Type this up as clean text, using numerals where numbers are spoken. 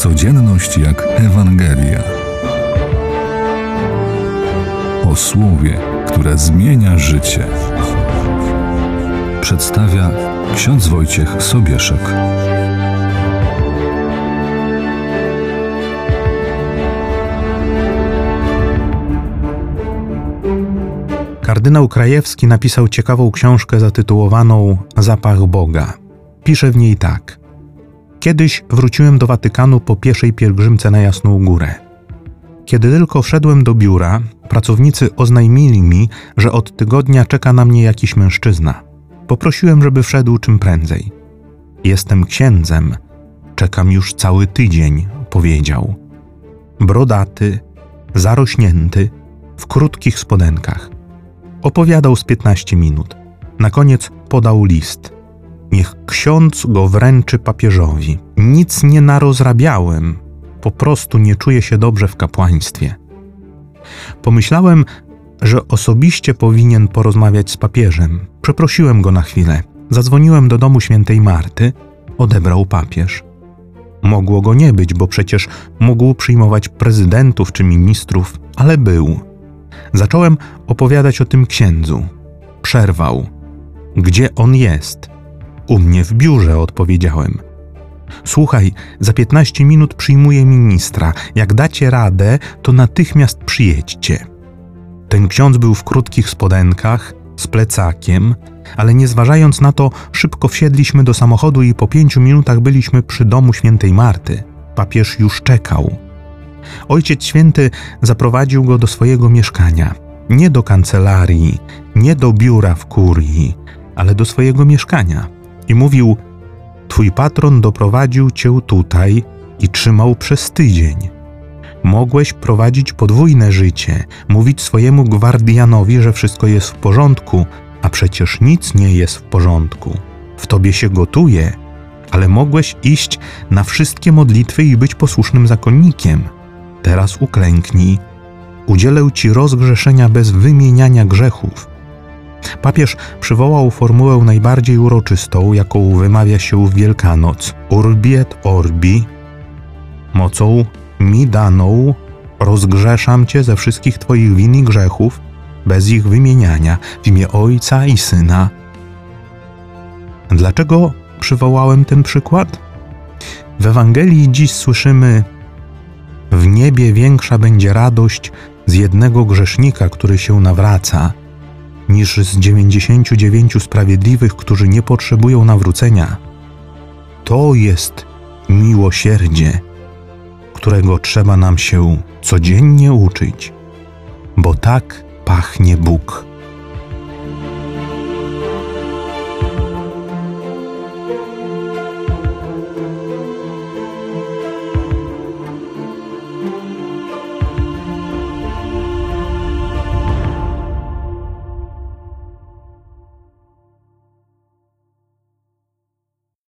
Codzienność jak Ewangelia. O słowie, które zmienia życie. Przedstawia ksiądz Wojciech Sobieszek. Kardynał Krajewski napisał ciekawą książkę zatytułowaną Zapach Boga. Pisze w niej tak. Kiedyś wróciłem do Watykanu po pieszej pielgrzymce na Jasną Górę. Kiedy tylko wszedłem do biura, pracownicy oznajmili mi, że od tygodnia czeka na mnie jakiś mężczyzna. Poprosiłem, żeby wszedł czym prędzej. Jestem księdzem, czekam już cały tydzień, powiedział. Brodaty, zarośnięty, w krótkich spodenkach. Opowiadał z 15 minut. Na koniec podał list. Niech ksiądz go wręczy papieżowi. Nic nie narozrabiałem. Po prostu nie czuję się dobrze w kapłaństwie. Pomyślałem, że osobiście powinien porozmawiać z papieżem. Przeprosiłem go na chwilę. Zadzwoniłem do domu świętej Marty. Odebrał papież. Mogło go nie być, bo przecież mógł przyjmować prezydentów czy ministrów, ale był. Zacząłem opowiadać o tym księdzu. Przerwał. Gdzie on jest? U mnie w biurze, odpowiedziałem. Słuchaj, za 15 minut przyjmuję ministra. Jak dacie radę, to natychmiast przyjedźcie. Ten ksiądz był w krótkich spodenkach, z plecakiem, ale nie zważając na to, szybko wsiedliśmy do samochodu i po 5 minutach byliśmy przy domu świętej Marty. Papież już czekał. Ojciec Święty zaprowadził go do swojego mieszkania. Nie do kancelarii, nie do biura w kurii, ale do swojego mieszkania. I mówił, twój patron doprowadził cię tutaj i trzymał przez tydzień. Mogłeś prowadzić podwójne życie, mówić swojemu gwardianowi, że wszystko jest w porządku, a przecież nic nie jest w porządku. W tobie się gotuje, ale mogłeś iść na wszystkie modlitwy i być posłusznym zakonnikiem. Teraz uklęknij. Udzielę ci rozgrzeszenia bez wymieniania grzechów. Papież przywołał formułę najbardziej uroczystą, jaką wymawia się w Wielkanoc. Urbi et orbi. Mocą mi daną rozgrzeszam cię ze wszystkich twoich win i grzechów, bez ich wymieniania, w imię Ojca i Syna. Dlaczego przywołałem ten przykład? W Ewangelii dziś słyszymy: w niebie większa będzie radość z jednego grzesznika, który się nawraca, niż z 99 sprawiedliwych, którzy nie potrzebują nawrócenia. To jest miłosierdzie, którego trzeba nam się codziennie uczyć, bo tak pachnie Bóg.